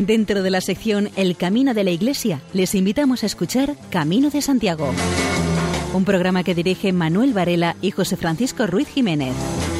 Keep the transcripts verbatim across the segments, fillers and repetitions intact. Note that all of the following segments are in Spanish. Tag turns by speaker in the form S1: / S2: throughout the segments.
S1: Dentro de la sección El Camino de la Iglesia, les invitamos a escuchar Camino de Santiago, un programa que dirige Manuel Varela y José Francisco Ruiz Jiménez.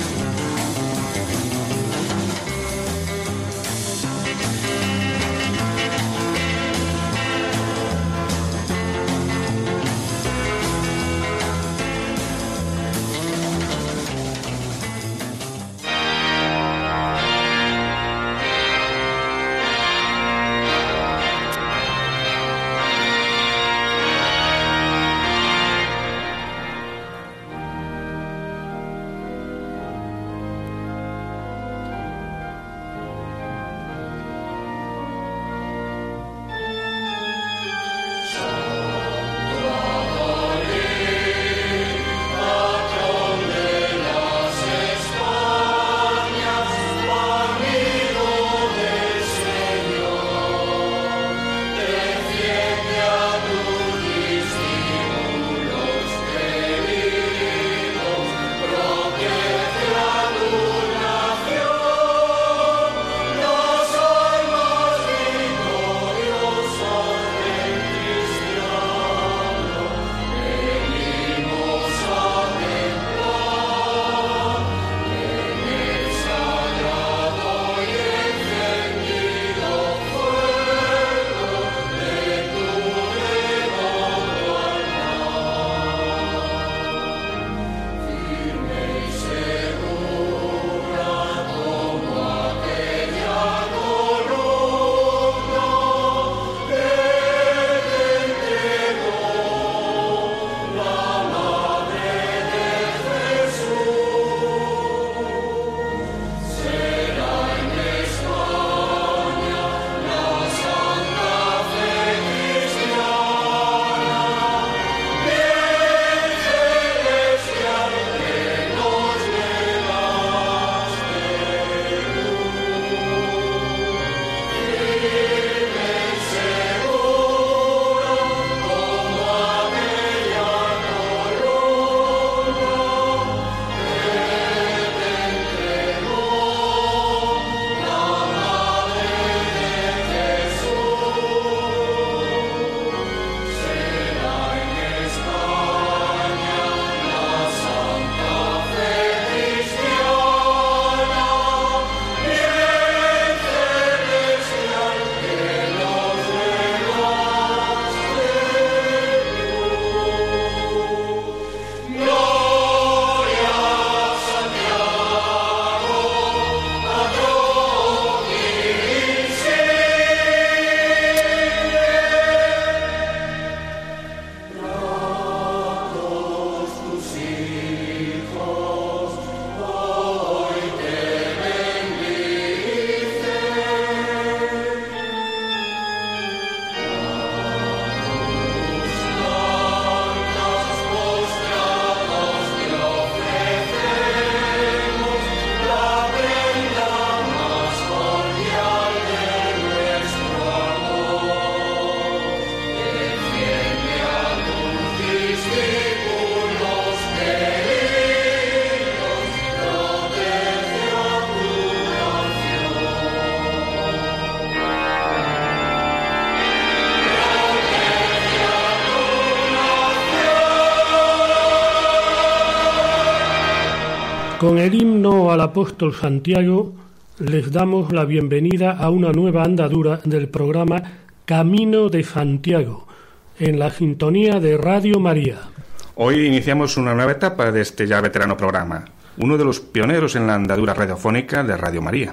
S2: Con el himno al apóstol Santiago les damos la bienvenida a una nueva andadura del programa Camino de Santiago, en la sintonía de Radio María.
S3: Hoy iniciamos una nueva etapa de este ya veterano programa, uno de los pioneros en la andadura radiofónica de Radio María.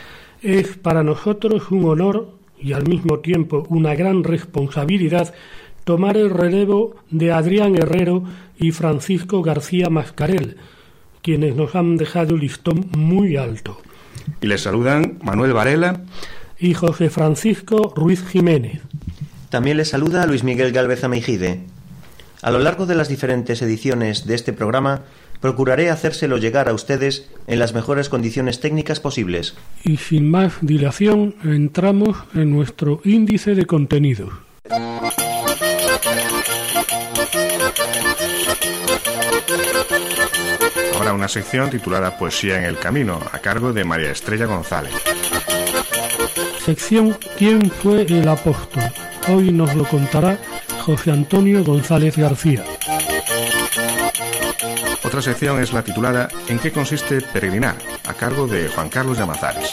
S2: Es para nosotros un honor y al mismo tiempo una gran responsabilidad tomar el relevo de Adrián Herrero y Francisco García Mascarell, quienes nos han dejado el listón muy alto.
S3: Y les saludan Manuel Varela
S2: y José Francisco Ruiz Jiménez.
S4: También les saluda Luis Miguel Gálvez Ameijide. A lo largo de las diferentes ediciones de este programa, procuraré hacérselo llegar a ustedes en las mejores condiciones técnicas posibles.
S2: Y sin más dilación, entramos en nuestro índice de contenidos.
S3: Ahora una sección titulada Poesía en el Camino, a cargo de María Estrella González.
S2: sección ¿Quién fue el apóstol? Hoy nos lo contará José Antonio González García.
S3: Otra sección es la titulada ¿En qué consiste peregrinar?, a cargo de Juan Carlos Llamazares.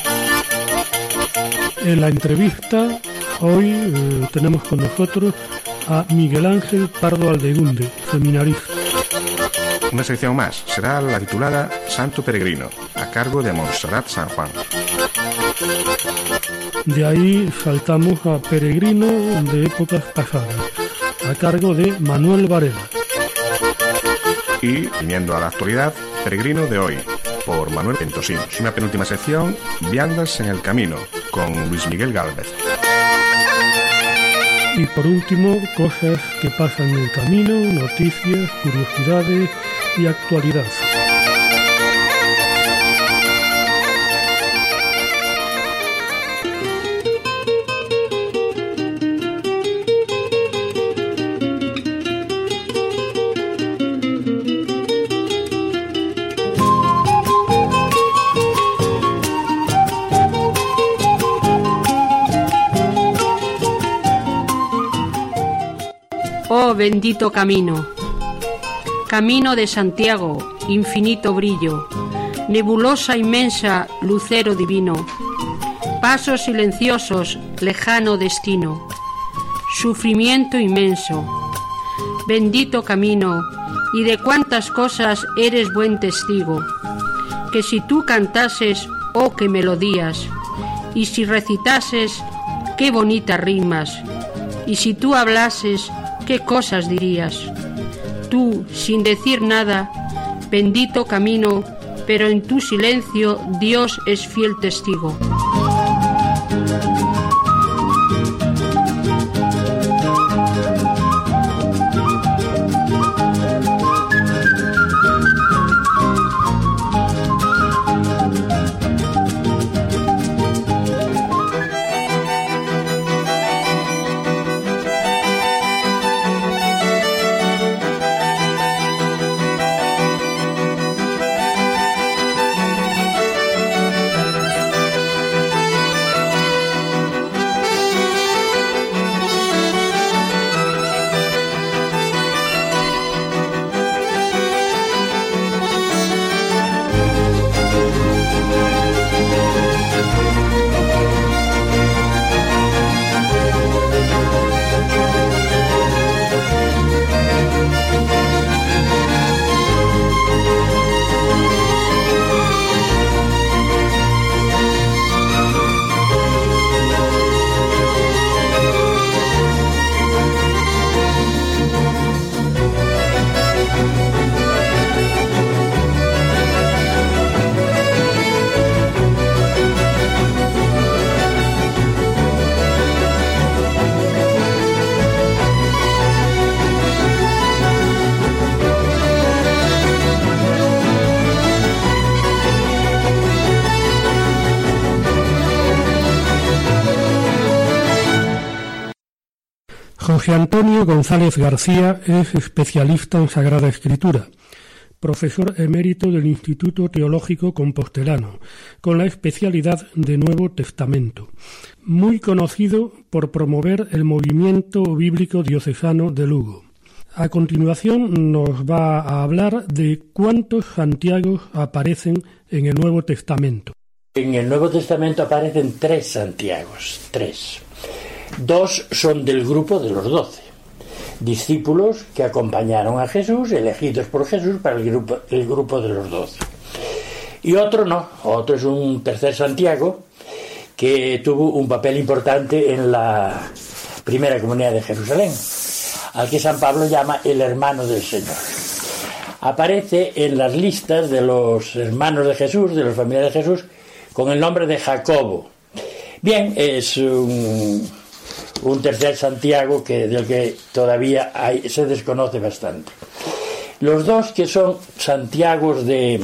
S2: En la entrevista hoy eh, tenemos con nosotros a Miguel Ángel Pardo Aldegunde, seminarista.
S3: Una sección más será la titulada Santo Peregrino, a cargo de Montserrat San Juan.
S2: De ahí saltamos a Peregrino de épocas pasadas, a cargo de Manuel Varela.
S3: Y, viniendo a la actualidad, Peregrino de hoy, por Manuel Pentosinos. Una penúltima sección, Viandas en el Camino, con Luis Miguel Gálvez.
S2: Y por último, cosas que pasan en el camino, noticias, curiosidades y actualidad.
S5: Oh bendito camino, camino de Santiago, infinito brillo, nebulosa inmensa, lucero divino, pasos silenciosos, lejano destino, sufrimiento inmenso, bendito camino, y de cuántas cosas eres buen testigo, que si tú cantases, oh qué melodías, y si recitases, qué bonitas rimas, y si tú hablases, ¿qué cosas dirías? Tú, sin decir nada, bendito camino, pero en tu silencio Dios es fiel testigo.
S2: José Antonio González García es especialista en Sagrada Escritura, profesor emérito del Instituto Teológico Compostelano, con la especialidad de Nuevo Testamento, muy conocido por promover el movimiento bíblico diocesano de Lugo. A continuación nos va a hablar de cuántos Santiagos aparecen en el Nuevo Testamento.
S6: En el Nuevo Testamento aparecen tres Santiagos, tres. Dos son del grupo de los doce, discípulos que acompañaron a Jesús, elegidos por Jesús para el grupo, el grupo de los doce. Y otro no, otro es un tercer Santiago que tuvo un papel importante en la primera comunidad de Jerusalén, al que San Pablo llama el hermano del Señor. Aparece en las listas de los hermanos de Jesús, de los familiares de Jesús, con el nombre de Jacobo. Bien, es un... un tercer Santiago que, del que todavía hay, se desconoce bastante. Los dos que son Santiagos de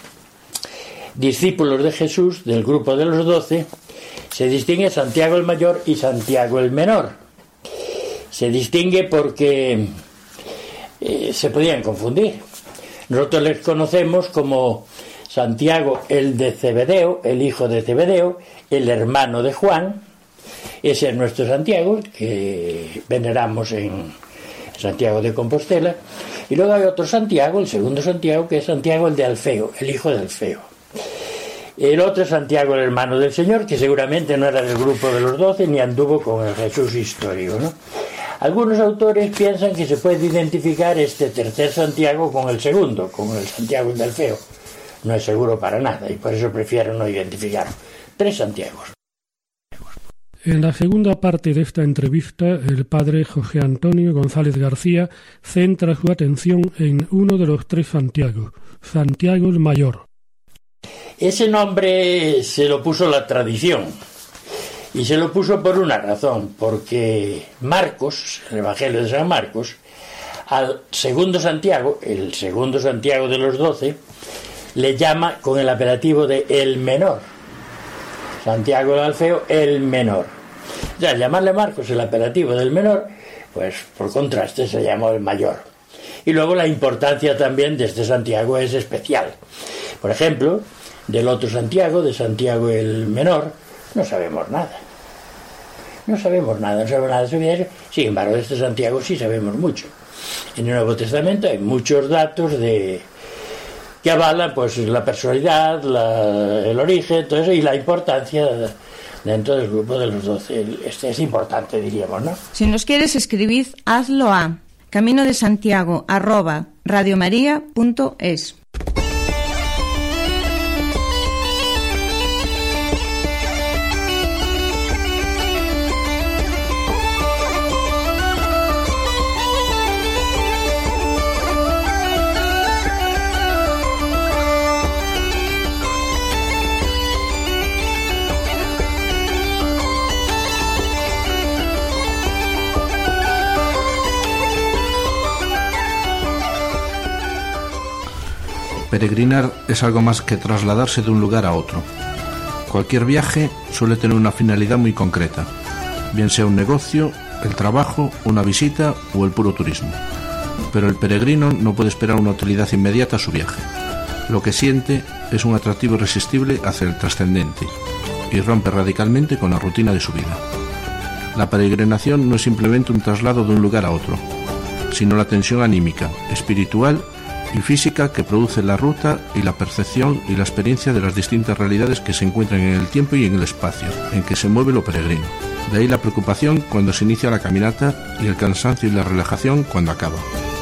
S6: discípulos de Jesús, del grupo de los doce, se distingue Santiago el mayor y Santiago el menor. Se distingue porque eh, se podían confundir. Nosotros les conocemos como Santiago el de Zebedeo, el hijo de Zebedeo, el hermano de Juan. Ese es nuestro Santiago, que veneramos en Santiago de Compostela. Y luego hay otro Santiago, el segundo Santiago, que es Santiago el de Alfeo, el hijo de Alfeo. El otro Santiago, el hermano del Señor, que seguramente no era del grupo de los doce ni anduvo con el Jesús histórico, ¿no? Algunos autores piensan que se puede identificar este tercer Santiago con el segundo, con el Santiago el de Alfeo. No es seguro para nada y por eso prefiero no identificarlo. Tres Santiagos.
S2: En la segunda parte de esta entrevista, el padre José Antonio González García centra su atención en uno de los tres Santiagos, Santiago el Mayor.
S6: Ese nombre se lo puso la tradición y se lo puso por una razón, porque Marcos, el Evangelio de San Marcos, al segundo Santiago, el segundo Santiago de los doce, le llama con el apelativo de el menor. Santiago el Alfeo, el menor. Ya, llamarle Marcos el apelativo del menor, pues por contraste se llamó el mayor. Y luego la importancia también de este Santiago es especial. Por ejemplo, del otro Santiago, de Santiago el menor, no sabemos nada. No sabemos nada, no sabemos nada de su vida. Sin embargo, de este Santiago sí sabemos mucho. En el Nuevo Testamento hay muchos datos de que avalan pues la personalidad, la, el origen, todo eso, y la importancia dentro del grupo de los doce. Este es importante, diríamos, ¿no?
S7: Si nos quieres escribir, hazlo a camino de santiago arroba radiomaria punto es.
S8: Peregrinar es algo más que trasladarse de un lugar a otro. Cualquier viaje suele tener una finalidad muy concreta, bien sea un negocio, el trabajo, una visita o el puro turismo. Pero el peregrino no puede esperar una utilidad inmediata a su viaje. Lo que siente es un atractivo irresistible hacia el trascendente y rompe radicalmente con la rutina de su vida. La peregrinación no es simplemente un traslado de un lugar a otro, sino la tensión anímica, espiritual y física que produce la ruta y la percepción y la experiencia de las distintas realidades que se encuentran en el tiempo y en el espacio en que se mueve lo peregrino. De ahí la preocupación cuando se inicia la caminata y el cansancio y la relajación cuando acaba.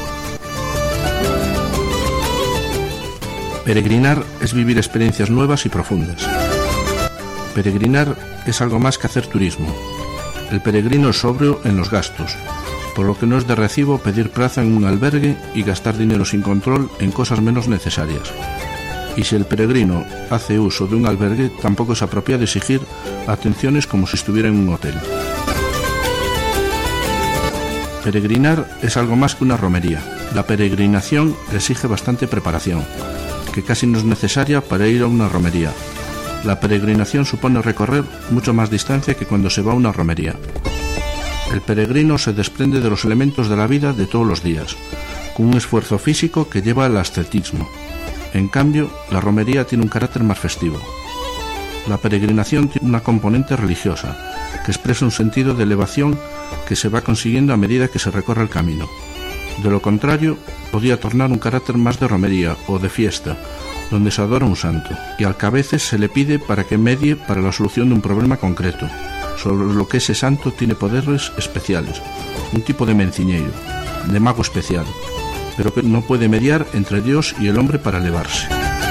S8: Peregrinar es vivir experiencias nuevas y profundas. Peregrinar es algo más que hacer turismo. El peregrino es sobrio en los gastos, por lo que no es de recibo pedir plaza en un albergue y gastar dinero sin control en cosas menos necesarias. Y si el peregrino hace uso de un albergue, tampoco es apropiado exigir atenciones como si estuviera en un hotel. Peregrinar es algo más que una romería. La peregrinación exige bastante preparación, que casi no es necesaria para ir a una romería. La peregrinación supone recorrer mucho más distancia que cuando se va a una romería. El peregrino se desprende de los elementos de la vida de todos los días, con un esfuerzo físico que lleva al ascetismo. En cambio, la romería tiene un carácter más festivo. La peregrinación tiene una componente religiosa, que expresa un sentido de elevación que se va consiguiendo a medida que se recorre el camino. De lo contrario, podía tornar un carácter más de romería o de fiesta, donde se adora un santo, y al que a veces se le pide para que medie para la solución de un problema concreto, sobre lo que ese santo tiene poderes especiales, un tipo de menciñeiro, de mago especial, pero que no puede mediar entre Dios y el hombre para elevarse.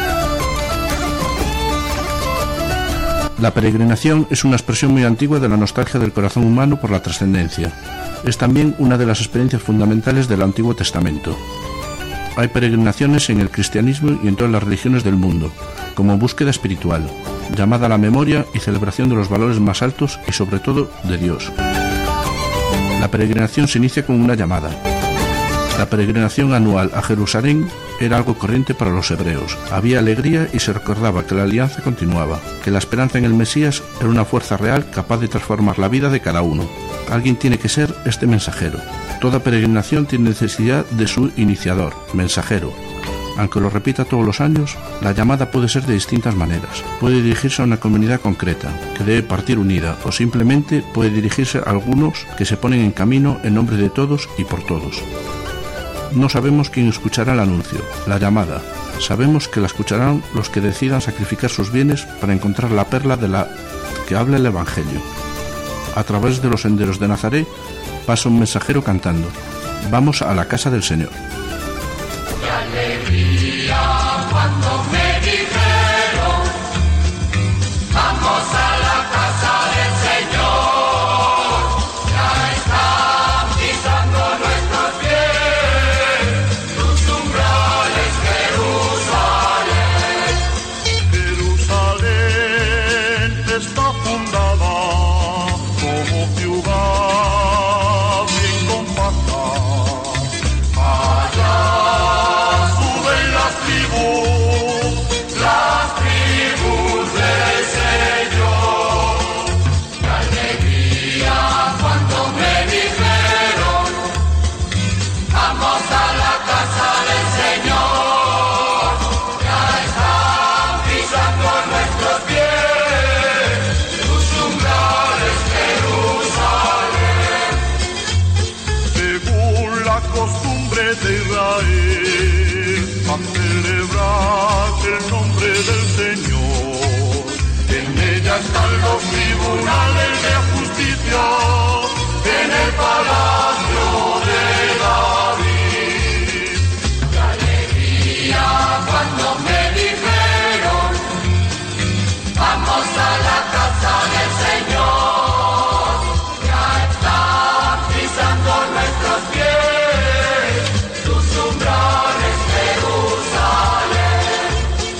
S8: La peregrinación es una expresión muy antigua de la nostalgia del corazón humano por la trascendencia. Es también una de las experiencias fundamentales del Antiguo Testamento. Hay peregrinaciones en el cristianismo y en todas las religiones del mundo, como búsqueda espiritual, llamada a la memoria y celebración de los valores más altos y sobre todo de Dios. La peregrinación se inicia con una llamada. La peregrinación anual a Jerusalén era algo corriente para los hebreos. Había alegría y se recordaba que la alianza continuaba, que la esperanza en el Mesías era una fuerza real capaz de transformar la vida de cada uno. Alguien tiene que ser este mensajero. Toda peregrinación tiene necesidad de su iniciador, mensajero. aunque lo repita todos los años, la llamada puede ser de distintas maneras. Puede dirigirse a una comunidad concreta, que debe partir unida, o simplemente puede dirigirse a algunos que se ponen en camino en nombre de todos y por todos. No sabemos quién escuchará el anuncio, la llamada. Sabemos que la escucharán los que decidan sacrificar sus bienes para encontrar la perla de la que habla el Evangelio. A través de los senderos de Nazaret pasa un mensajero cantando: vamos a la casa del Señor.
S9: ¡Qué alegría cuando me dijeron vamos a la casa del Señor! Ya están pisando nuestros pies tus umbrales, Jerusalén. Jerusalén está fundada como ciudad bien compacta. Allá suben las tribus, las tribus del Señor. Qué alegría cuando me dijeron vamos a la casa del Señor. Ya están pisando nuestros pies tus umbrales, Jerusalén. Según la costumbre de Israel, a celebrar el nombre del Señor. En ella están los tribunales de justicia, en el palacio de David. Qué alegría cuando me dijeron vamos a la casa del Señor. Ya están pisando nuestros pies tus umbrales, Jerusalén.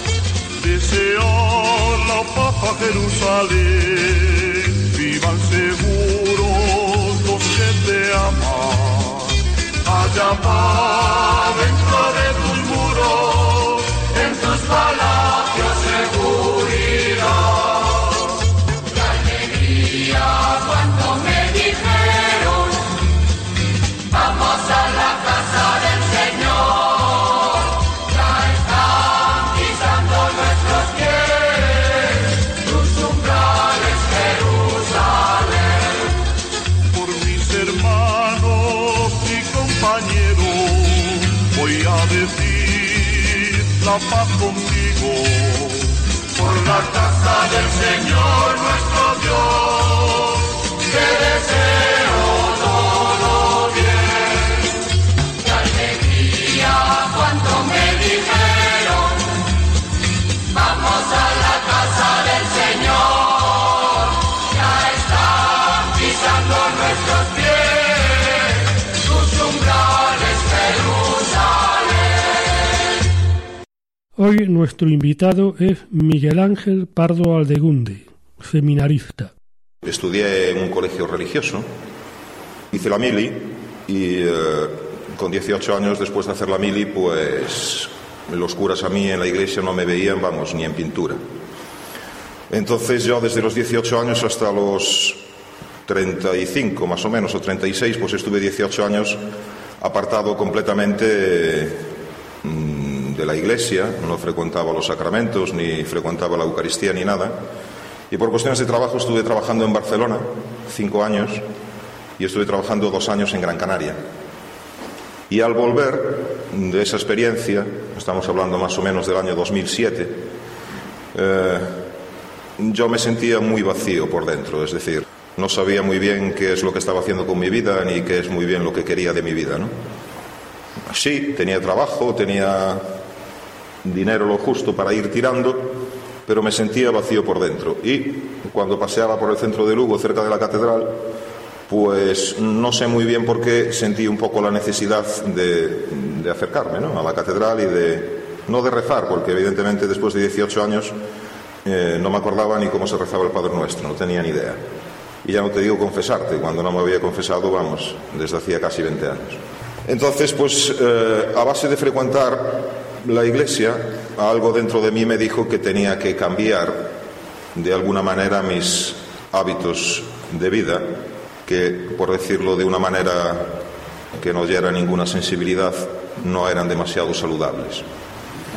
S9: Desear la paz a Jerusalén, vivan seguros los que te aman. Haya paz dentro de tus muros, en tus palacios seguridad. Qué alegría cuando me dijeron vamos a la casa del Señor. Ya están pisando nuestros pies tus umbrales, Jerusalén. Por mis hermanos y compañeros voy a decir la paz contigo. Por la casa del Señor nuestro Dios, te deseo todo bien. Qué alegría cuando me dijeron vamos a la casa del Señor. Ya están pisando nuestros pies tus umbrales, Jerusalén.
S2: Hoy nuestro invitado es Miguel Ángel Pardo Aldegunde, seminarista.
S10: Estudié en un colegio religioso, hice la mili y eh, con dieciocho años después de hacer la mili, pues los curas a mí en la iglesia no me veían, vamos, ni en pintura. Entonces yo desde los dieciocho años hasta los treinta y cinco más o menos, o treinta y seis, pues estuve dieciocho años apartado completamente mmm, de la iglesia, no frecuentaba los sacramentos, ni frecuentaba la Eucaristía, ni nada. Y por cuestiones de trabajo estuve trabajando en Barcelona cinco años y estuve trabajando dos años en Gran Canaria. Y al volver de esa experiencia, estamos hablando más o menos del año dos mil siete, eh, yo me sentía muy vacío por dentro, es decir, no sabía muy bien qué es lo que estaba haciendo con mi vida ni qué es muy bien lo que quería de mi vida, ¿no? Sí, tenía trabajo, tenía dinero lo justo para ir tirando, pero me sentía vacío por dentro. Y cuando paseaba por el centro de Lugo, cerca de la catedral, pues no sé muy bien por qué sentí un poco la necesidad de, de acercarme, ¿no?, a la catedral y de, no de rezar, porque evidentemente después de dieciocho años eh, no me acordaba ni cómo se rezaba el Padre Nuestro, no tenía ni idea. Y ya no te digo confesarte, cuando no me había confesado, vamos, desde hacía casi veinte años. Entonces, pues eh, a base de frecuentar la iglesia, algo dentro de mí me dijo que tenía que cambiar de alguna manera mis hábitos de vida, que, por decirlo de una manera que no diera ninguna sensibilidad, no eran demasiado saludables.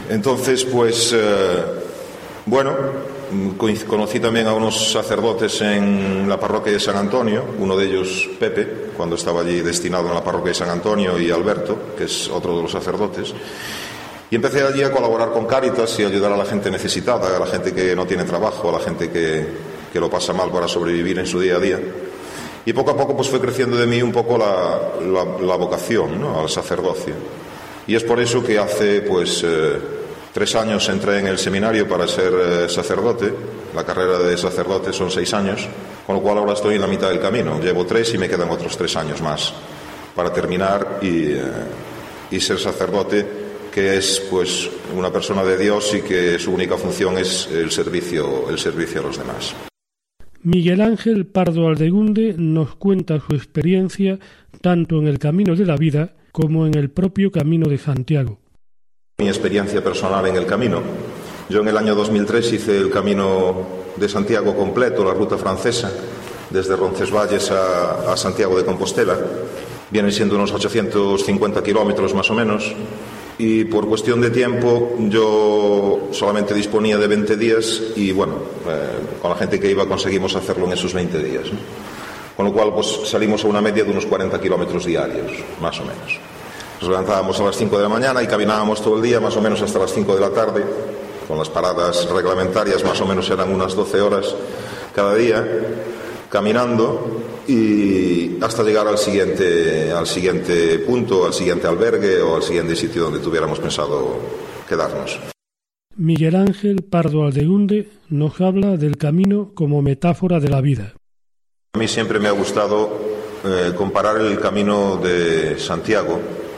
S10: Entonces, pues, eh, bueno, conocí también a unos sacerdotes en la parroquia de San Antonio, uno de ellos Pepe, cuando estaba allí destinado en la parroquia de San Antonio, y Alberto, que es otro de los sacerdotes. Y empecé allí a colaborar con Cáritas y a ayudar a la gente necesitada, a la gente que no tiene trabajo, a la gente que, que lo pasa mal para sobrevivir en su día a día. Y poco a poco pues fue creciendo de mí un poco la, la, la vocación, ¿no?, al sacerdocio. Y es por eso que hace pues eh, tres años entré en el seminario para ser eh, sacerdote. La carrera de sacerdote son seis años, con lo cual ahora estoy en la mitad del camino. Llevo tres y me quedan otros tres años más para terminar y, eh, y ser sacerdote, que es pues una persona de Dios y que su única función es el servicio, el servicio a los demás.
S2: Miguel Ángel Pardo Aldegunde nos cuenta su experiencia tanto en el camino de la vida como en el propio Camino de Santiago.
S10: Mi experiencia personal en el camino. Yo en el año dos mil tres hice el Camino de Santiago completo, la ruta francesa, desde Roncesvalles a, a Santiago de Compostela. Vienen siendo unos ochocientos cincuenta kilómetros más o menos. Y por cuestión de tiempo yo solamente disponía de veinte días y bueno, eh, con la gente que iba conseguimos hacerlo en esos veinte días, ¿no? Con lo cual pues salimos a una media de unos cuarenta kilómetros diarios, más o menos. Nos levantábamos a las cinco de la mañana y caminábamos todo el día, más o menos hasta las cinco de la tarde, con las paradas reglamentarias más o menos eran unas doce horas cada día, caminando, y hasta llegar al siguiente, al siguiente punto, al siguiente albergue o al siguiente sitio donde tuviéramos pensado quedarnos.
S2: Miguel Ángel Pardo Aldegunde nos habla del camino como metáfora de la vida.
S10: A mí siempre me ha gustado eh, comparar el camino de Santiago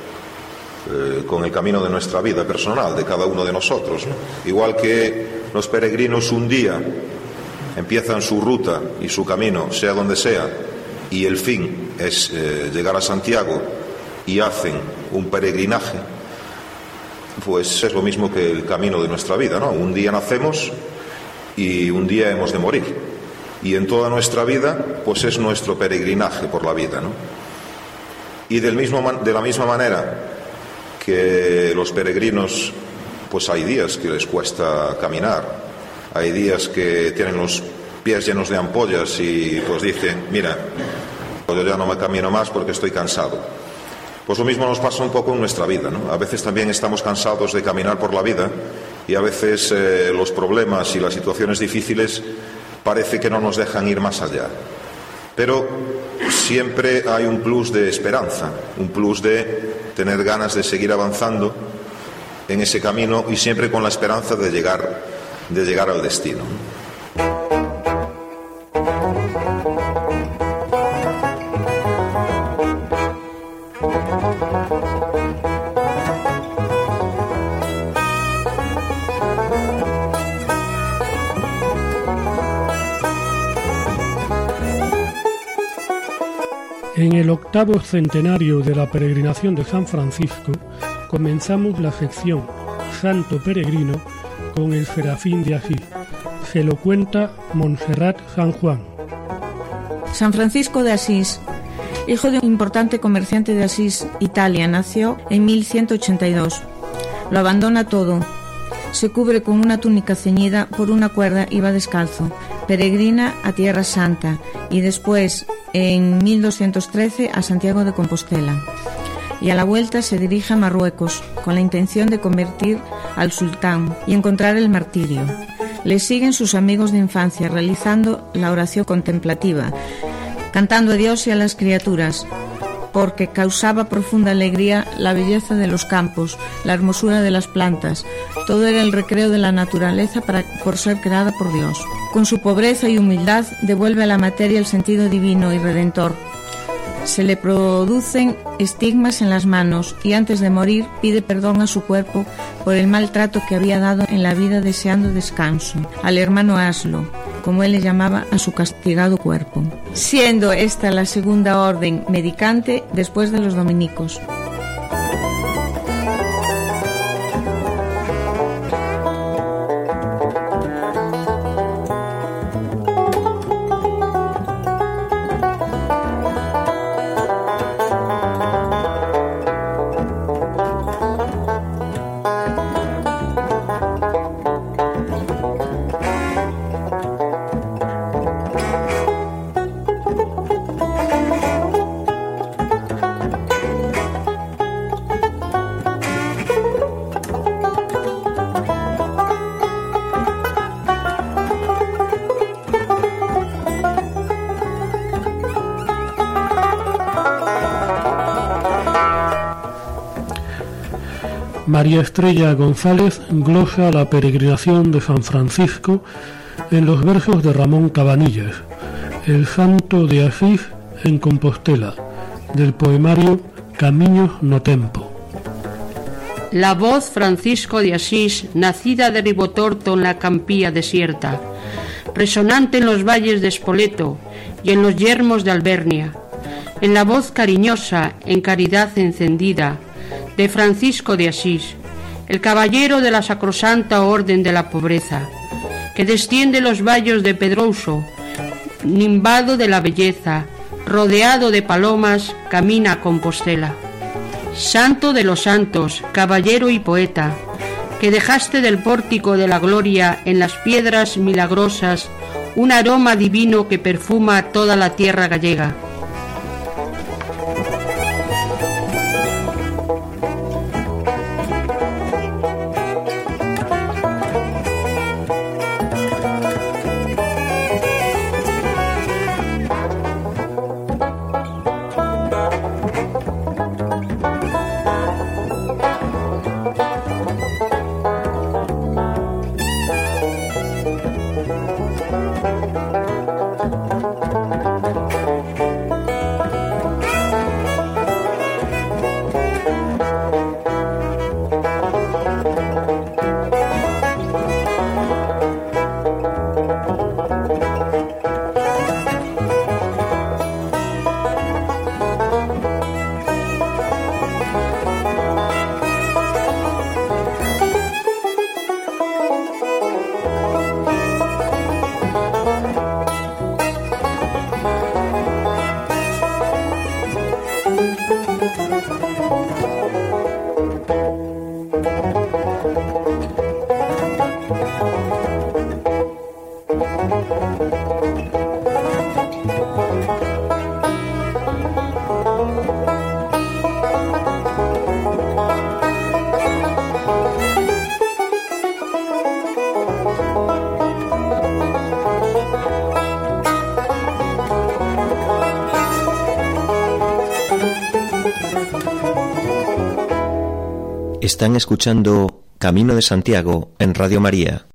S10: eh, con el camino de nuestra vida personal, de cada uno de nosotros, ¿no? Igual que los peregrinos un día empiezan su ruta y su camino, sea donde sea, y el fin es eh, llegar a Santiago y hacen un peregrinaje, pues es lo mismo que el camino de nuestra vida, ¿no? Un día nacemos y un día hemos de morir, y en toda nuestra vida pues es nuestro peregrinaje por la vida, ¿no? Y del mismo man- de la misma manera que los peregrinos, pues hay días que les cuesta caminar, hay días que tienen los pies llenos de ampollas y pues dicen, mira, yo ya no me camino más porque estoy cansado. Pues lo mismo nos pasa un poco en nuestra vida, ¿no? A veces también estamos cansados de caminar por la vida y a veces eh, los problemas y las situaciones difíciles parece que no nos dejan ir más allá. Pero siempre hay un plus de esperanza, un plus de tener ganas de seguir avanzando en ese camino y siempre con la esperanza de llegar, de llegar al destino.
S2: En el octavo centenario de la peregrinación de San Francisco, comenzamos la sección Santo Peregrino con el Serafín de Asís. Se lo cuenta Montserrat San Juan.
S7: San Francisco de Asís, hijo de un importante comerciante de Asís, Italia, nació en mil ciento ochenta y dos. Lo abandona todo. Se cubre con una túnica ceñida por una cuerda y va descalzo. Peregrina a Tierra Santa y después, en mil doscientos trece, a Santiago de Compostela. Y a la vuelta se dirige a Marruecos con la intención de convertir al sultán y encontrar el martirio. Le siguen sus amigos de infancia realizando la oración contemplativa, cantando a Dios y a las criaturas, porque causaba profunda alegría la belleza de los campos, la hermosura de las plantas. Todo era el recreo de la naturaleza para, por ser creada por Dios. Con su pobreza y humildad devuelve a la materia el sentido divino y redentor. Se le producen estigmas en las manos y antes de morir pide perdón a su cuerpo por el maltrato que había dado en la vida, deseando descanso al hermano Aslo, como él le llamaba a su castigado cuerpo, siendo esta la segunda orden mendicante después de los dominicos.
S2: María Estrella González glosa la peregrinación de San Francisco en los versos de Ramón Cabanillas, el santo de Asís en Compostela, del poemario Camiños no Tempo.
S5: La voz Francisco de Asís, nacida de Ribotorto en la campía desierta, resonante en los valles de Spoleto y en los yermos de Albernia, en la voz cariñosa, en caridad encendida, de Francisco de Asís, el caballero de la sacrosanta orden de la pobreza, que desciende los valles de Pedrouso, nimbado de la belleza, rodeado de palomas, camina a Compostela. Santo de los santos, caballero y poeta, que dejaste del pórtico de la gloria en las piedras milagrosas un aroma divino que perfuma toda la tierra gallega.
S4: Están escuchando Camino de Santiago en Radio María.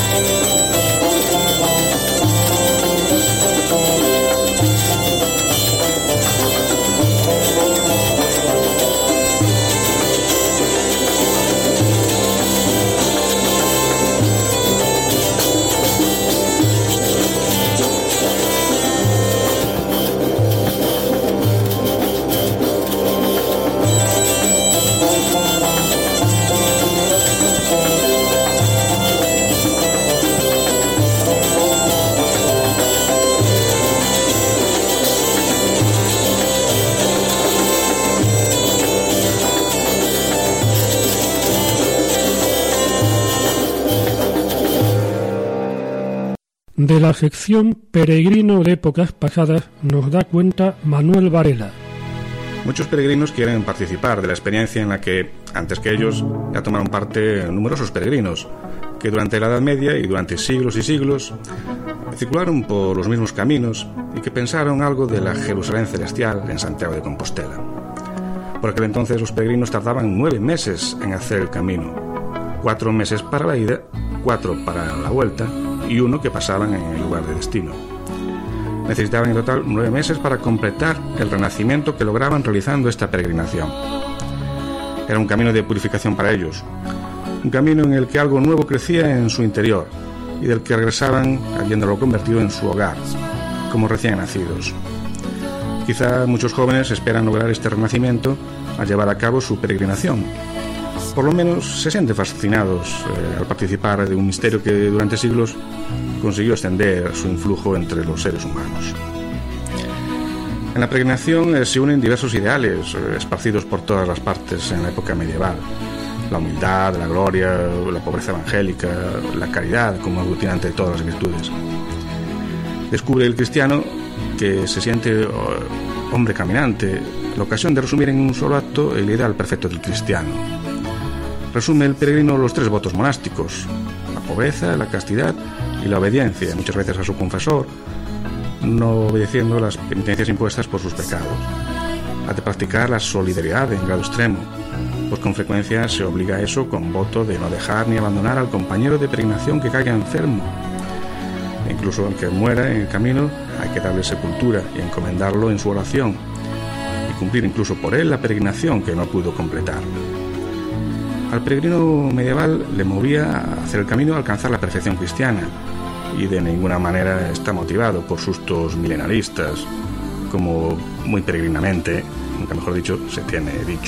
S2: De la sección Peregrino de épocas pasadas nos da cuenta Manuel Varela.
S3: Muchos peregrinos quieren participar de la experiencia en la que, antes que ellos, ya tomaron parte numerosos peregrinos, que durante la Edad Media y durante siglos y siglos circularon por los mismos caminos y que pensaron algo de la Jerusalén celestial en Santiago de Compostela. Por aquel entonces los peregrinos tardaban nueve meses en hacer el camino, cuatro meses para la ida, cuatro para la vuelta y uno que pasaban en el lugar de destino. Necesitaban en total nueve meses para completar el renacimiento que lograban realizando esta peregrinación. Era un camino de purificación para ellos, un camino en el que algo nuevo crecía en su interior y del que regresaban habiéndolo convertido en su hogar, como recién nacidos. Quizá muchos jóvenes esperan lograr este renacimiento al llevar a cabo su peregrinación. Por lo menos se sienten fascinados eh, al participar de un misterio que durante siglos consiguió extender su influjo entre los seres humanos. En la peregrinación eh, se unen diversos ideales eh, esparcidos por todas las partes en la época medieval. La humildad, la gloria, la pobreza evangélica, la caridad como aglutinante de todas las virtudes. Descubre el cristiano que se siente oh, hombre caminante, la ocasión de resumir en un solo acto el ideal perfecto del cristiano. Resume el peregrino los tres votos monásticos: la pobreza, la castidad y la obediencia, muchas veces a su confesor, no obedeciendo las penitencias impuestas por sus pecados. Ha de practicar la solidaridad en grado extremo, pues con frecuencia se obliga a eso con voto de no dejar ni abandonar al compañero de peregrinación que caiga enfermo. E incluso aunque muera en el camino, hay que darle sepultura y encomendarlo en su oración, y cumplir incluso por él la peregrinación que no pudo completar. Al peregrino medieval le movía a hacer el camino a alcanzar la perfección cristiana, y de ninguna manera está motivado por sustos milenaristas, como muy peregrinamente, nunca mejor dicho, se tiene dicho.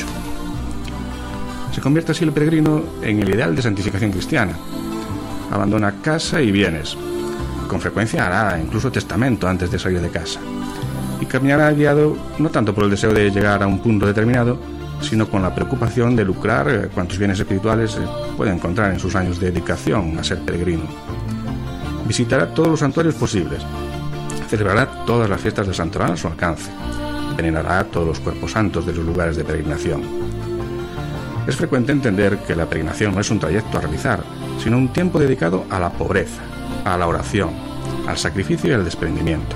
S3: Se convierte así el peregrino en el ideal de santificación cristiana. Abandona casa y bienes. Con frecuencia hará incluso testamento antes de salir de casa. Y caminará guiado no tanto por el deseo de llegar a un punto determinado, sino con la preocupación de lucrar cuantos bienes espirituales puede encontrar en sus años de dedicación a ser peregrino. Visitará todos los santuarios posibles. Celebrará todas las fiestas del santoral a su alcance. Venerará todos los cuerpos santos de los lugares de peregrinación. Es frecuente entender que la peregrinación no es un trayecto a realizar, sino un tiempo dedicado a la pobreza, a la oración, al sacrificio y al desprendimiento.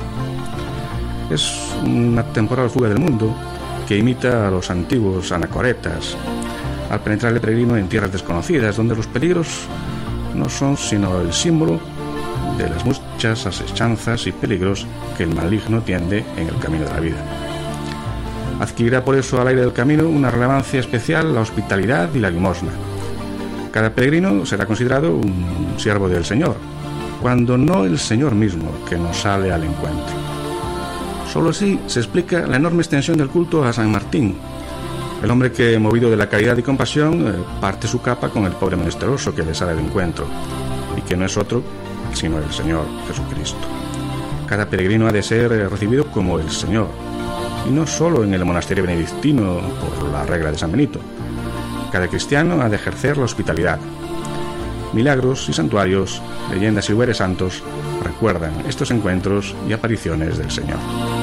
S3: Es una temporal fuga del mundo que imita a los antiguos anacoretas, al penetrar el peregrino en tierras desconocidas, donde los peligros no son sino el símbolo de las muchas asechanzas y peligros que el maligno tiende en el camino de la vida. Adquirirá por eso al aire del camino una relevancia especial la hospitalidad y la limosna. Cada peregrino será considerado un siervo del Señor, cuando no el Señor mismo que nos sale al encuentro. Solo así se explica la enorme extensión del culto a San Martín, el hombre que, movido de la caridad y compasión, parte su capa con el pobre menesteroso que le sale al encuentro, y que no es otro sino el Señor Jesucristo. Cada peregrino ha de ser recibido como el Señor, y no solo en el monasterio benedictino por la regla de San Benito. Cada cristiano ha de ejercer la hospitalidad. Milagros y santuarios, leyendas y lugares santos recuerdan estos encuentros y apariciones del Señor.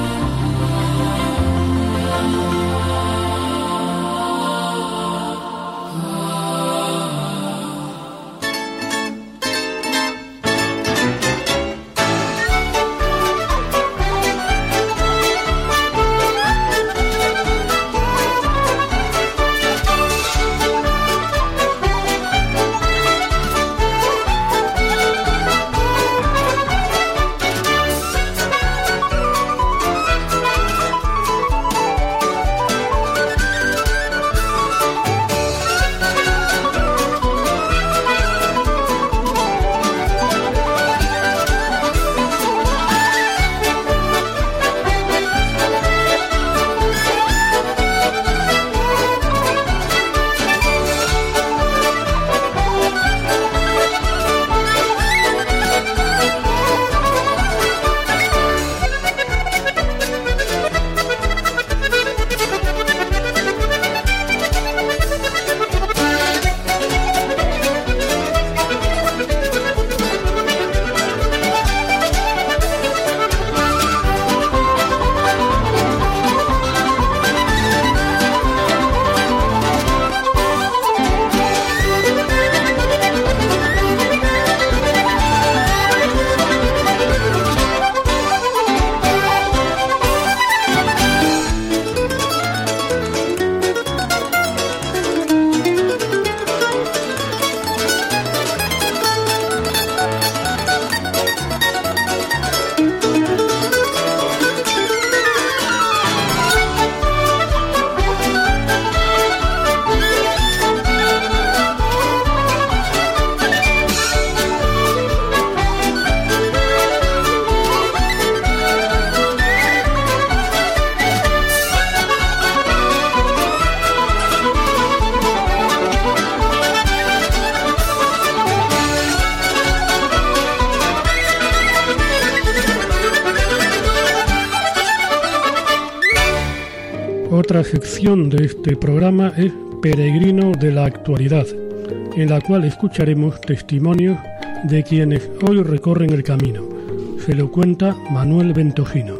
S2: Otra sección de este programa es Peregrino de la Actualidad, en la cual escucharemos testimonios de quienes hoy recorren el camino. Se lo cuenta Manuel Ventojino.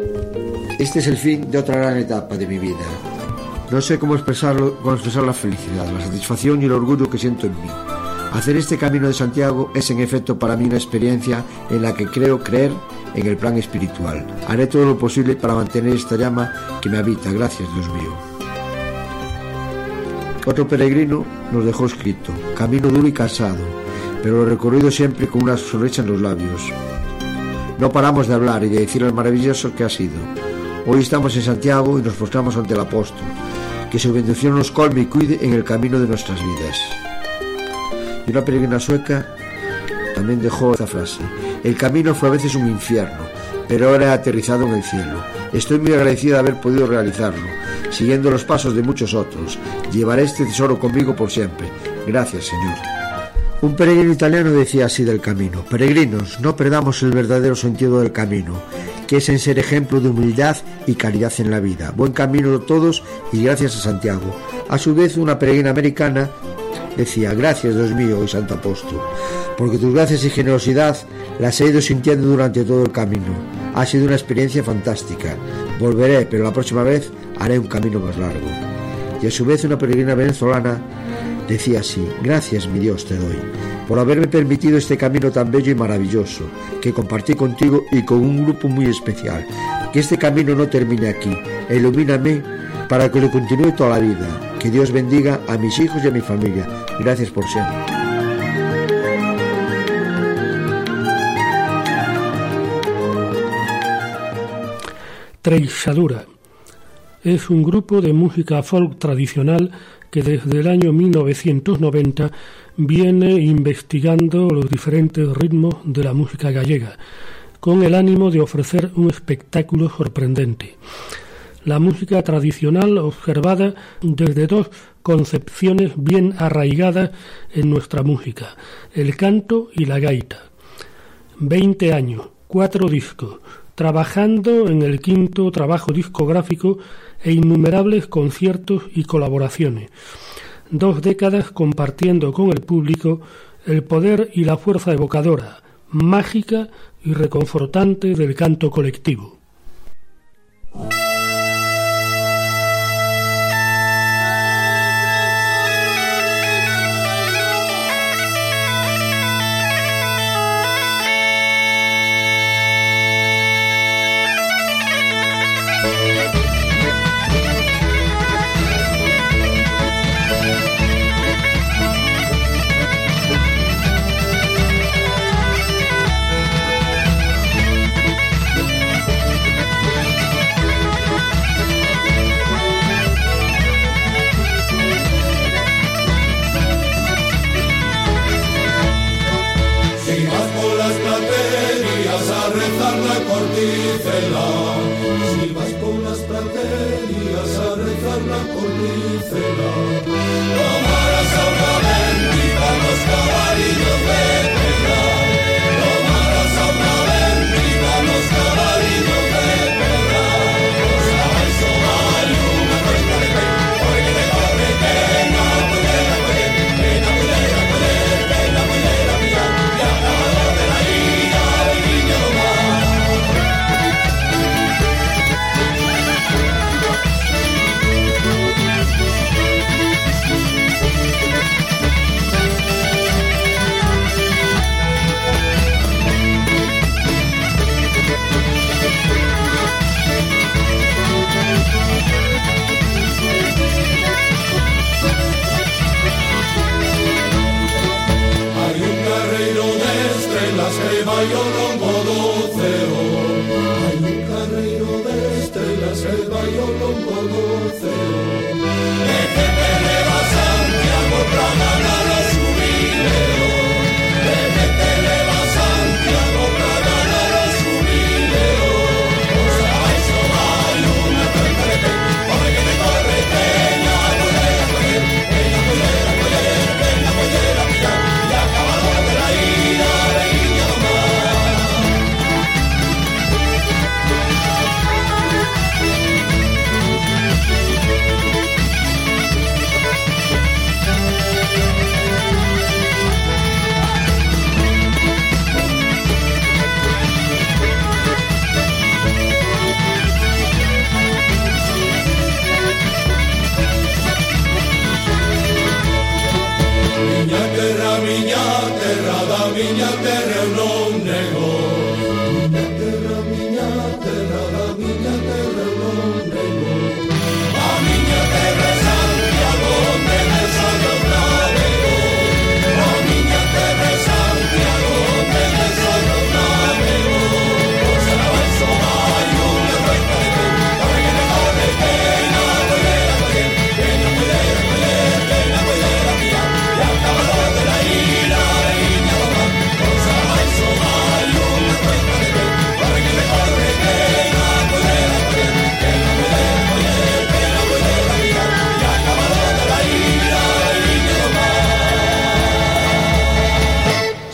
S11: Este es el fin de otra gran etapa de mi vida. No sé cómo expresarlo, cómo expresar la felicidad, la satisfacción y el orgullo que siento en mí. Hacer este camino de Santiago es en efecto para mí una experiencia en la que creo creer en el plan espiritual. Haré todo lo posible para mantener esta llama que me habita. Gracias, Dios mío. Otro peregrino nos dejó escrito: camino duro y cansado, pero lo recorrido siempre con una sonrisa en los labios. No paramos de hablar y de decir lo maravilloso que ha sido. Hoy estamos en Santiago y nos postramos ante el apóstol. Que su bendición nos colme y cuide en el camino de nuestras vidas. Y una peregrina sueca también dejó esta frase: el camino fue a veces un infierno, pero ahora he aterrizado en el cielo. Estoy muy agradecido de haber podido realizarlo, siguiendo los pasos de muchos otros. Llevaré este tesoro conmigo por siempre. Gracias, Señor. Un peregrino italiano decía así del camino: peregrinos, no perdamos el verdadero sentido del camino, que es en ser ejemplo de humildad y caridad en la vida. Buen camino todos y gracias a Santiago. A su vez, una peregrina americana decía: gracias, Dios mío y Santo Apóstol, porque tus gracias y generosidad las he ido sintiendo durante todo el camino. Ha sido una experiencia fantástica. Volveré, pero la próxima vez haré un camino más largo. Y a su vez, una peregrina venezolana decía así: gracias, mi Dios, te doy, por haberme permitido este camino tan bello y maravilloso, que compartí contigo y con un grupo muy especial. Que este camino no termine aquí. Ilumíname para que lo continúe toda la vida. Que Dios bendiga a mis hijos y a mi familia. Gracias por siempre.
S2: Treixadura es un grupo de música folk tradicional que desde el año mil novecientos noventa viene investigando los diferentes ritmos de la música gallega, con el ánimo de ofrecer un espectáculo sorprendente. La música tradicional observada desde dos concepciones bien arraigadas en nuestra música: el canto y la gaita. Veinte años, cuatro discos, trabajando en el quinto trabajo discográfico e innumerables conciertos y colaboraciones. Dos décadas compartiendo con el público el poder y la fuerza evocadora, mágica y reconfortante del canto colectivo.
S9: A miña terra Santiago, donde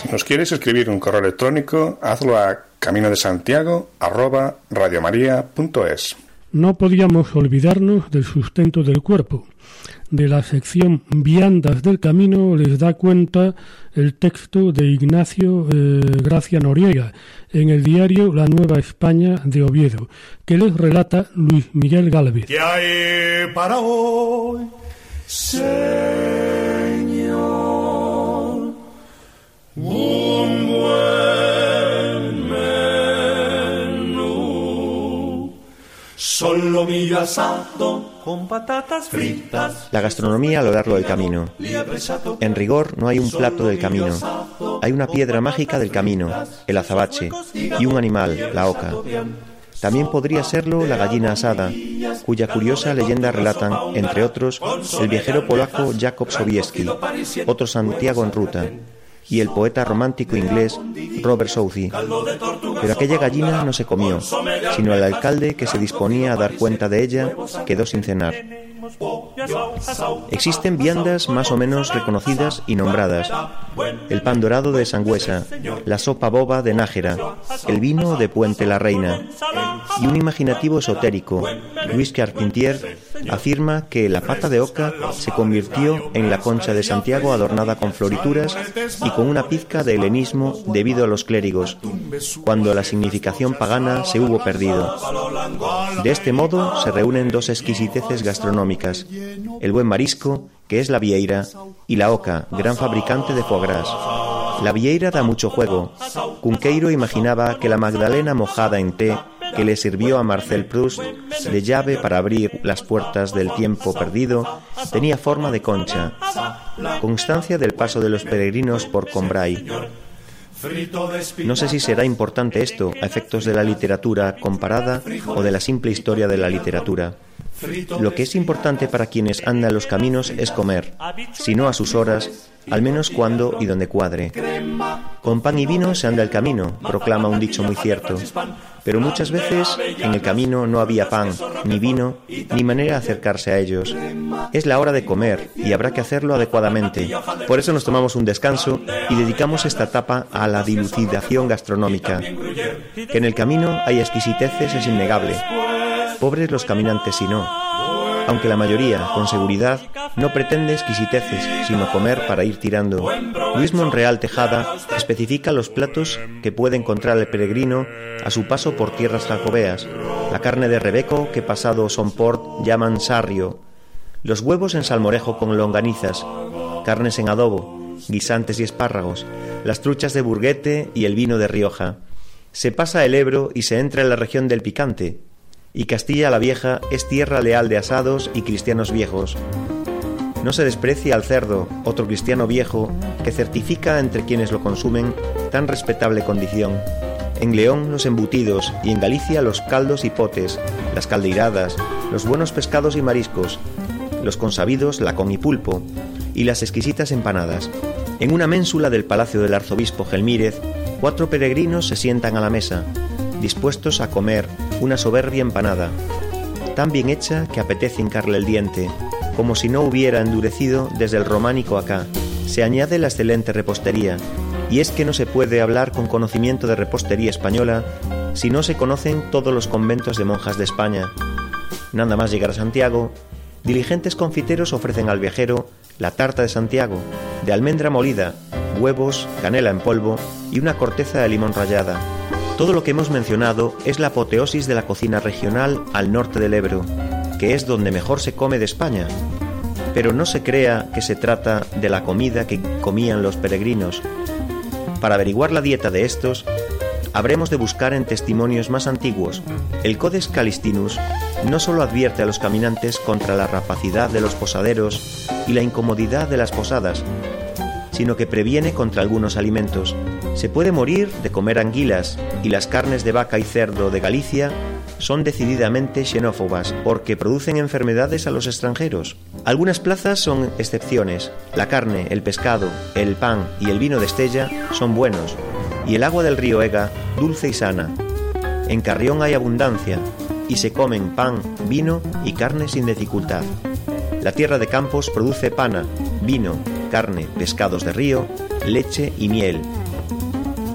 S3: nos quieres escribir un correo electrónico, hazlo a camino de santiago arroba radiomaria punto es.
S2: No podíamos olvidarnos del sustento del cuerpo. De la sección Viandas del Camino les da cuenta el texto de Ignacio eh, Gracia Noriega en el diario La Nueva España de Oviedo, que les relata Luis Miguel Gálvez.
S9: ¿Qué hay para hoy, Señor? Un buen menú, solo mi asado con patatas fritas.
S4: La gastronomía a lo largo del camino. En rigor, no hay un plato del camino. Hay una piedra mágica del camino, el azabache, y un animal, la oca. También podría serlo la gallina asada, cuya curiosa leyenda relatan, entre otros, el viajero polaco Jakub Sobieski, otro Santiago en ruta, y el poeta romántico inglés Robert Southey. Pero aquella gallina no se comió, sino el alcalde que se disponía a dar cuenta de ella quedó sin cenar. Existen viandas más o menos reconocidas y nombradas: el pan dorado de Sangüesa, la sopa boba de Nájera, el vino de Puente la Reina. Y un imaginativo esotérico, Luis Carpentier, afirma que la pata de oca se convirtió en la concha de Santiago adornada con florituras y con una pizca de helenismo debido a los clérigos, cuando la significación pagana se hubo perdido. De este modo se reúnen dos exquisiteces gastronómicas: el buen marisco, que es la vieira, y la oca, gran fabricante de foie gras. La vieira da mucho juego. Cunqueiro imaginaba que la magdalena mojada en té que le sirvió a Marcel Proust de llave para abrir las puertas del tiempo perdido tenía forma de concha, constancia del paso de los peregrinos por Combray. No sé si será importante esto a efectos de la literatura comparada o de la simple historia de la literatura. Lo que es importante para quienes andan los caminos es comer, si no a sus horas, al menos cuando y donde cuadre. Con pan y vino se anda el camino, proclama un dicho muy cierto. Pero muchas veces en el camino no había pan, ni vino, ni manera de acercarse a ellos. Es la hora de comer y habrá que hacerlo adecuadamente. Por eso nos tomamos un descanso y dedicamos esta etapa a la dilucidación gastronómica. Que en el camino hay exquisiteces es innegable. Pobres los caminantes si no. Aunque la mayoría, con seguridad, no pretende exquisiteces, sino comer para ir tirando. Luis Monreal Tejada especifica los platos que puede encontrar el peregrino a su paso por tierras jacobeas: la carne de rebeco, que pasado Somport llaman sarrio, los huevos en salmorejo con longanizas, carnes en adobo, guisantes y espárragos, las truchas de Burguete y el vino de Rioja. Se pasa el Ebro y se entra en la región del picante, y Castilla la Vieja es tierra leal de asados y cristianos viejos. No se desprecia al cerdo, otro cristiano viejo, que certifica entre quienes lo consumen tan respetable condición. En León los embutidos y en Galicia los caldos y potes, las caldeiradas, los buenos pescados y mariscos, los consabidos lacón y pulpo, y las exquisitas empanadas. En una ménsula del palacio del arzobispo Gelmírez, cuatro peregrinos se sientan a la mesa, dispuestos a comer una soberbia empanada, tan bien hecha que apetece hincarle el diente, como si no hubiera endurecido desde el románico acá. Se añade la excelente repostería, y es que no se puede hablar con conocimiento de repostería española si no se conocen todos los conventos de monjas de España. Nada más llegar a Santiago, diligentes confiteros ofrecen al viajero la tarta de Santiago, de almendra molida, huevos, canela en polvo y una corteza de limón rallada. Todo lo que hemos mencionado es la apoteosis de la cocina regional al norte del Ebro, que es donde mejor se come de España. Pero no se crea que se trata de la comida que comían los peregrinos. Para averiguar la dieta de estos, habremos de buscar en testimonios más antiguos. El Codex Calistinus no solo advierte a los caminantes contra la rapacidad de los posaderos y la incomodidad de las posadas, sino que previene contra algunos alimentos. Se puede morir de comer anguilas, y las carnes de vaca y cerdo de Galicia son decididamente xenófobas porque producen enfermedades a los extranjeros. Algunas plazas son excepciones. La carne, el pescado, el pan y el vino de Estella son buenos, y el agua del río Ega dulce y sana. En Carrión hay abundancia, y se comen pan, vino y carne sin dificultad. La tierra de Campos produce pana, vino, carne, pescados de río, leche y miel,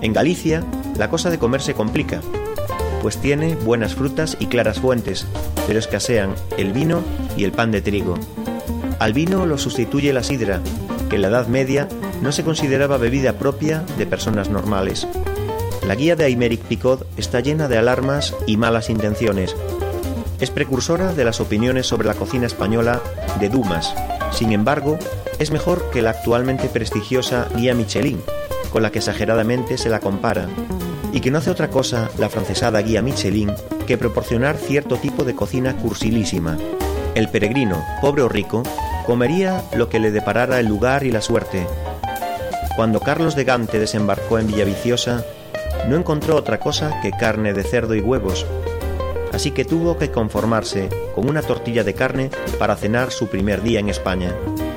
S4: En Galicia, la cosa de comer se complica, pues tiene buenas frutas y claras fuentes, pero escasean el vino y el pan de trigo. Al vino lo sustituye la sidra, que en la Edad Media no se consideraba bebida propia de personas normales. La guía de Aymeric Picot está llena de alarmas y malas intenciones. Es precursora de las opiniones sobre la cocina española de Dumas. Sin embargo, es mejor que la actualmente prestigiosa guía Michelin, con la que exageradamente se la compara, y que no hace otra cosa la francesada guía Michelin que proporcionar cierto tipo de cocina cursilísima. El peregrino, pobre o rico, comería lo que le deparara el lugar y la suerte. Cuando Carlos de Gante desembarcó en Villaviciosa, no encontró otra cosa que carne de cerdo y huevos, así que tuvo que conformarse con una tortilla de carne para cenar su primer día en España.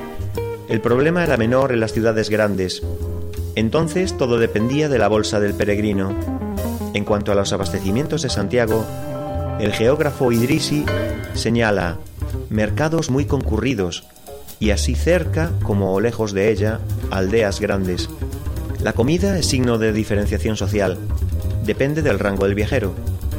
S4: El problema era menor en las ciudades grandes. Entonces todo dependía de la bolsa del peregrino. En cuanto a los abastecimientos de Santiago, el geógrafo Idrisi señala mercados muy concurridos y así cerca como lejos de ella, aldeas grandes. La comida es signo de diferenciación social. Depende del rango del viajero.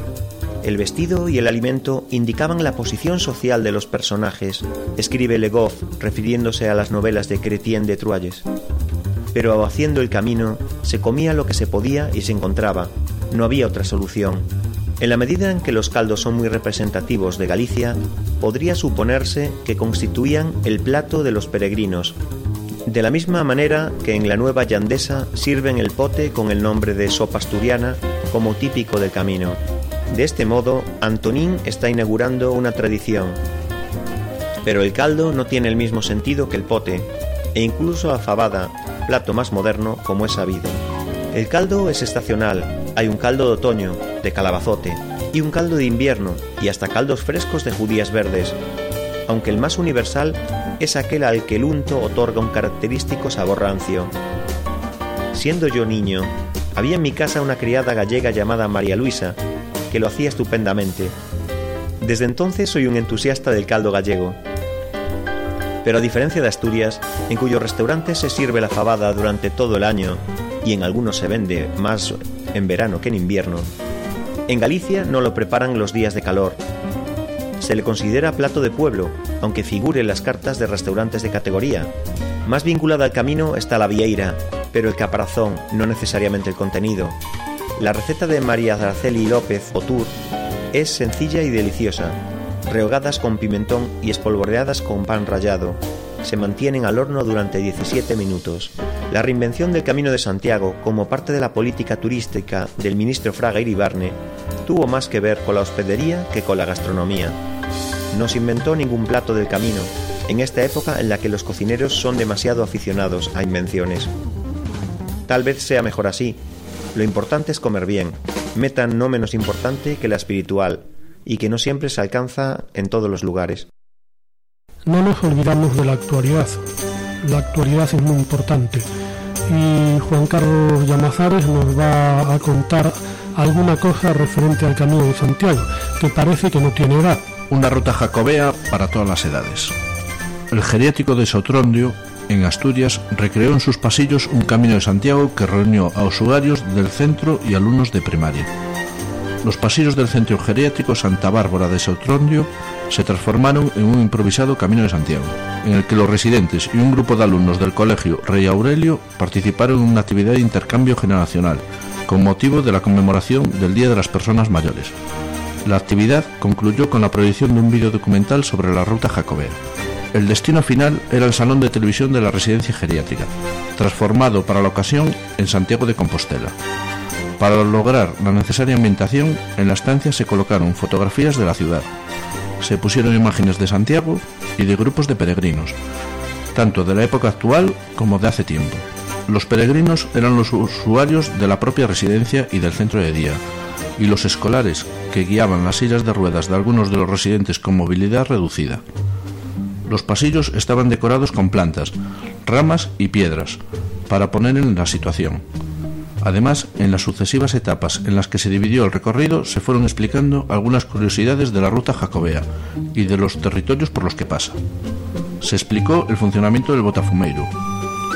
S4: El vestido y el alimento indicaban la posición social de los personajes, escribe Le Goff, refiriéndose a las novelas de Chrétien de Troyes. Pero haciendo el camino, se comía lo que se podía y se encontraba. No había otra solución. En la medida en que los caldos son muy representativos de Galicia, podría suponerse que constituían el plato de los peregrinos, de la misma manera que en la Nueva Llandesa sirven el pote con el nombre de sopa asturiana como típico del camino. De este modo, Antonín está inaugurando una tradición. Pero el caldo no tiene el mismo sentido que el pote, e incluso la fabada, plato más moderno como es sabido. El caldo es estacional, hay un caldo de otoño, de calabazote, y un caldo de invierno, y hasta caldos frescos de judías verdes, aunque el más universal es aquel al que el unto otorga un característico sabor rancio. Siendo yo niño, había en mi casa una criada gallega llamada María Luisa, que lo hacía estupendamente. Desde entonces soy un entusiasta del caldo gallego. Pero a diferencia de Asturias, en cuyos restaurantes se sirve la fabada durante todo el año, y en algunos se vende más en verano que en invierno, en Galicia no lo preparan los días de calor. Se le considera plato de pueblo, aunque figure en las cartas de restaurantes de categoría. Más vinculada al camino está la vieira, pero el caparazón, no necesariamente el contenido. La receta de María Araceli López Otur es sencilla y deliciosa. Rehogadas con pimentón y espolvoreadas con pan rallado. Se mantienen al horno durante diecisiete minutos. La reinvención del Camino de Santiago, como parte de la política turística del ministro Fraga Iribarne, tuvo más que ver con la hospedería que con la gastronomía. No se inventó ningún plato del camino, en esta época en la que los cocineros son demasiado aficionados a invenciones. Tal vez sea mejor así. Lo importante es comer bien, meta no menos importante que la espiritual, y que no siempre se alcanza en todos los lugares.
S2: No nos olvidamos de la actualidad. La actualidad es muy importante. Y Juan Carlos Llamazares nos va a contar alguna cosa referente al Camino de Santiago, que parece que no tiene edad.
S8: Una ruta jacobea para todas las edades. El geriátrico de Sotrondio, en Asturias, recreó en sus pasillos un Camino de Santiago que reunió a usuarios del centro y alumnos de primaria. Los pasillos del centro geriátrico Santa Bárbara de Sotrondio se transformaron en un improvisado Camino de Santiago, en el que los residentes y un grupo de alumnos del Colegio Rey Aurelio participaron en una actividad de intercambio generacional, con motivo de la conmemoración del Día de las Personas Mayores. La actividad concluyó con la proyección de un vídeo documental sobre la ruta jacobea. El destino final era el salón de televisión de la residencia geriátrica, transformado para la ocasión en Santiago de Compostela. Para lograr la necesaria ambientación, en la estancia se colocaron fotografías de la ciudad. Se pusieron imágenes de Santiago y de grupos de peregrinos, tanto de la época actual como de hace tiempo. Los peregrinos eran los usuarios de la propia residencia y del centro de día, y los escolares que guiaban las sillas de ruedas de algunos de los residentes con movilidad reducida. Los pasillos estaban decorados con plantas, ramas y piedras, para poner en la situación. Además, en las sucesivas etapas en las que se dividió el recorrido se fueron explicando algunas curiosidades de la ruta jacobea y de los territorios por los que pasa. Se explicó el funcionamiento del Botafumeiro,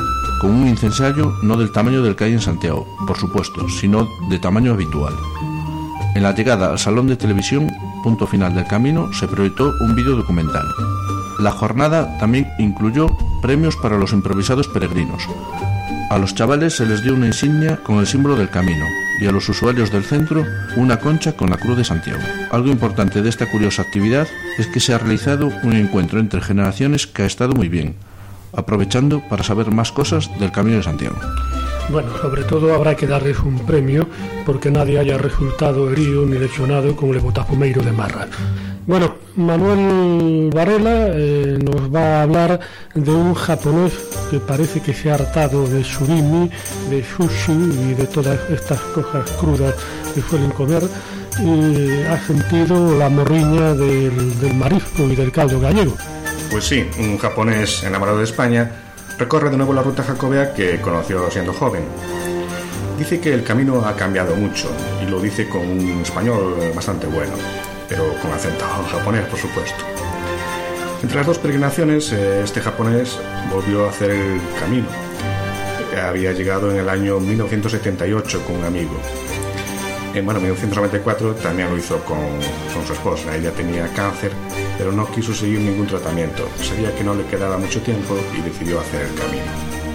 S8: con un incensario no del tamaño del que hay en Santiago, por supuesto, sino de tamaño habitual. En la llegada al salón de televisión, punto final del camino, se proyectó un vídeo documental. La jornada también incluyó premios para los improvisados peregrinos. A los chavales se les dio una insignia con el símbolo del camino y a los usuarios del centro una concha con la Cruz de Santiago. Algo importante de esta curiosa actividad es que se ha realizado un encuentro entre generaciones que ha estado muy bien, aprovechando para saber más cosas del Camino de Santiago.
S2: Bueno, sobre todo habrá que darles un premio porque nadie haya resultado herido ni lesionado con el botafumeiro de Marra. Bueno, Manuel Varela eh, nos va a hablar de un japonés que parece que se ha hartado de surimi, de sushi y de todas estas cosas crudas que suelen comer y ha sentido la morriña del, del marisco y del caldo gallego.
S3: Pues sí, un japonés enamorado de España recorre de nuevo la ruta jacobea que conoció siendo joven. Dice que el camino ha cambiado mucho y lo dice con un español bastante bueno, pero con acento japonés, por supuesto. Entre las dos peregrinaciones, este japonés volvió a hacer el camino. Había llegado en el año mil novecientos setenta y ocho con un amigo. En bueno, mil novecientos noventa y cuatro también lo hizo con, con su esposa. Ella tenía cáncer, pero no quiso seguir ningún tratamiento. Sabía que no le quedaba mucho tiempo y decidió hacer el camino.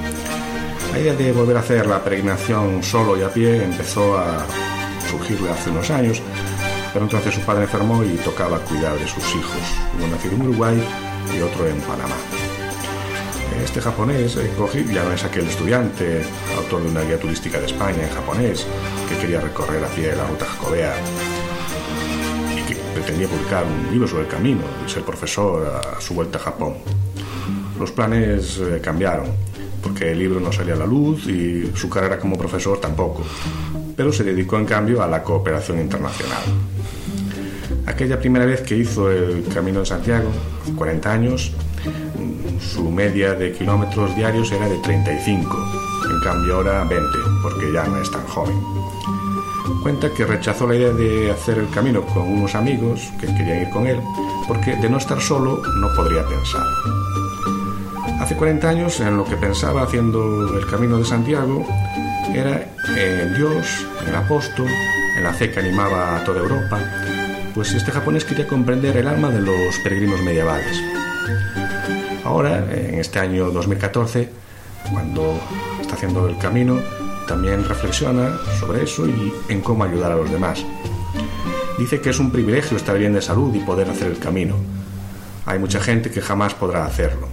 S3: La idea de volver a hacer la peregrinación solo y a pie empezó a surgirle hace unos años, pero entonces su padre enfermó y tocaba cuidar de sus hijos, uno nacido en Uruguay y otro en Panamá. Este japonés, eh, Koji, ya no es aquel estudiante, autor de una guía turística de España en japonés, que quería recorrer a pie la ruta jacobea y que pretendía publicar un libro sobre el camino y ser profesor a su vuelta a Japón. Los planes eh, cambiaron, porque el libro no salía a la luz y su carrera como profesor tampoco, pero se dedicó en cambio a la cooperación internacional. Aquella primera vez que hizo el Camino de Santiago, cuarenta años, su media de kilómetros diarios era de treinta y cinco, en cambio ahora veinte, porque ya no es tan joven. Cuenta que rechazó la idea de hacer el camino con unos amigos que querían ir con él, porque de no estar solo no podría pensar. Hace cuarenta años, en lo que pensaba haciendo el Camino de Santiago era en Dios, en el apóstol, en la fe que animaba a toda Europa, pues este japonés quería comprender el alma de los peregrinos medievales. Ahora, en este año dos mil catorce, cuando está haciendo el camino, también reflexiona sobre eso y en cómo ayudar a los demás. Dice que es un privilegio estar bien de salud y poder hacer el camino. Hay mucha gente que jamás podrá hacerlo.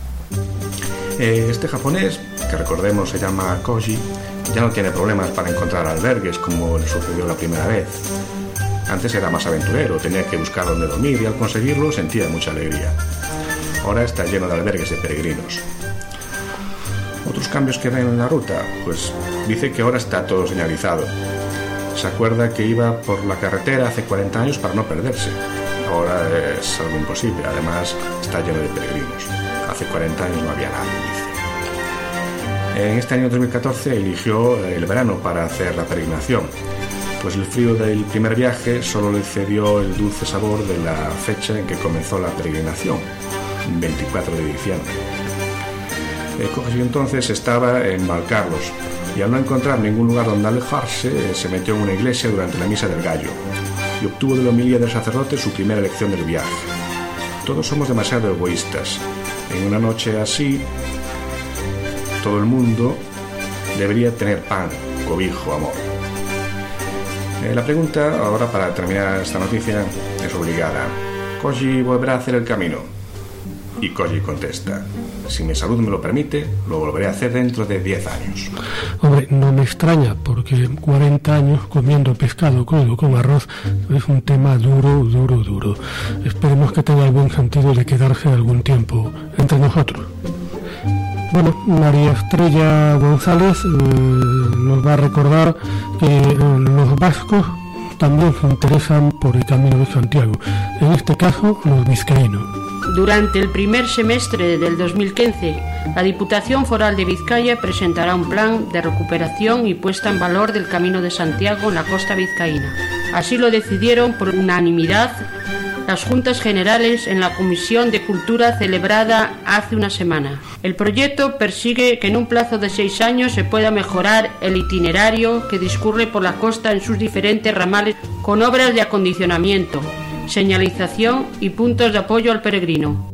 S3: Este japonés, que recordemos se llama Koji, ya no tiene problemas para encontrar albergues como le sucedió la primera vez. Antes era más aventurero, tenía que buscar dónde dormir y al conseguirlo sentía mucha alegría. Ahora está lleno de albergues de peregrinos. Otros cambios que ven en la ruta, pues dice que ahora está todo señalizado. Se acuerda que iba por la carretera hace cuarenta años para no perderse. Ahora es algo imposible, además está lleno de peregrinos. Hace cuarenta años no había nadie, dice. En este año dos mil catorce eligió el verano para hacer la peregrinación, pues el frío del primer viaje solo le cedió el dulce sabor de la fecha en que comenzó la peregrinación, veinticuatro de diciembre. El Koji entonces estaba en Valcarlos y al no encontrar ningún lugar donde alejarse se metió en una iglesia durante la misa del gallo y obtuvo de la homilía del sacerdote su primera lección del viaje. Todos somos demasiado egoístas. En una noche así, todo el mundo debería tener pan, cobijo, amor. Eh, la pregunta, ahora para terminar esta noticia, es obligada. ¿Koji volverá a hacer el camino? Y Koji contesta: si mi salud me lo permite, lo volveré a hacer dentro de diez años.
S2: Hombre, no me extraña, porque cuarenta años comiendo pescado crudo con arroz es un tema duro, duro, duro. Esperemos que tenga el buen sentido de quedarse algún tiempo entre nosotros. Bueno, María Estrella González eh, nos va a recordar que eh, los vascos también se interesan por el Camino de Santiago, en este caso los vizcaínos.
S5: Durante el primer semestre del dos mil quince, la Diputación Foral de Vizcaya presentará un plan de recuperación y puesta en valor del Camino de Santiago en la costa vizcaína. Así lo decidieron por unanimidad las Juntas Generales en la Comisión de Cultura celebrada hace una semana. El proyecto persigue que en un plazo de seis años se pueda mejorar el itinerario que discurre por la costa en sus diferentes ramales con obras de acondicionamiento, señalización y puntos de apoyo al peregrino.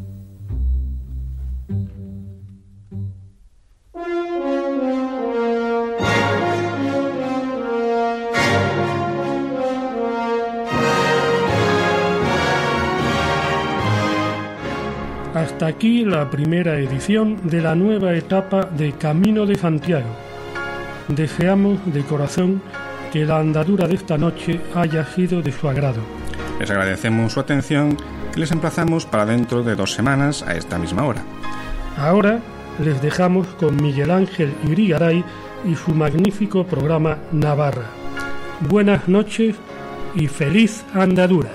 S2: Hasta aquí la primera edición de la nueva etapa de Camino de Santiago. Deseamos de corazón que la andadura de esta noche haya sido de su agrado.
S3: Les agradecemos su atención y les emplazamos para dentro de dos semanas a esta misma hora.
S2: Ahora les dejamos con Miguel Ángel Irigaray y su magnífico programa Navarra. Buenas noches y feliz andadura.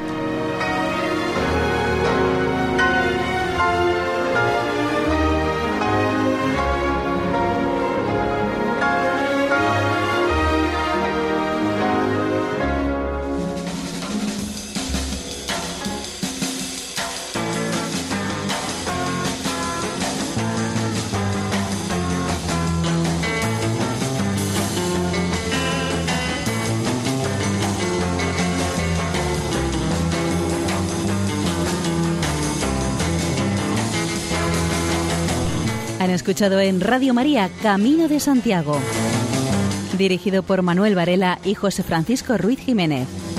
S1: Han escuchado en Radio María Camino de Santiago, dirigido por Manuel Varela y José Francisco Ruiz Jiménez.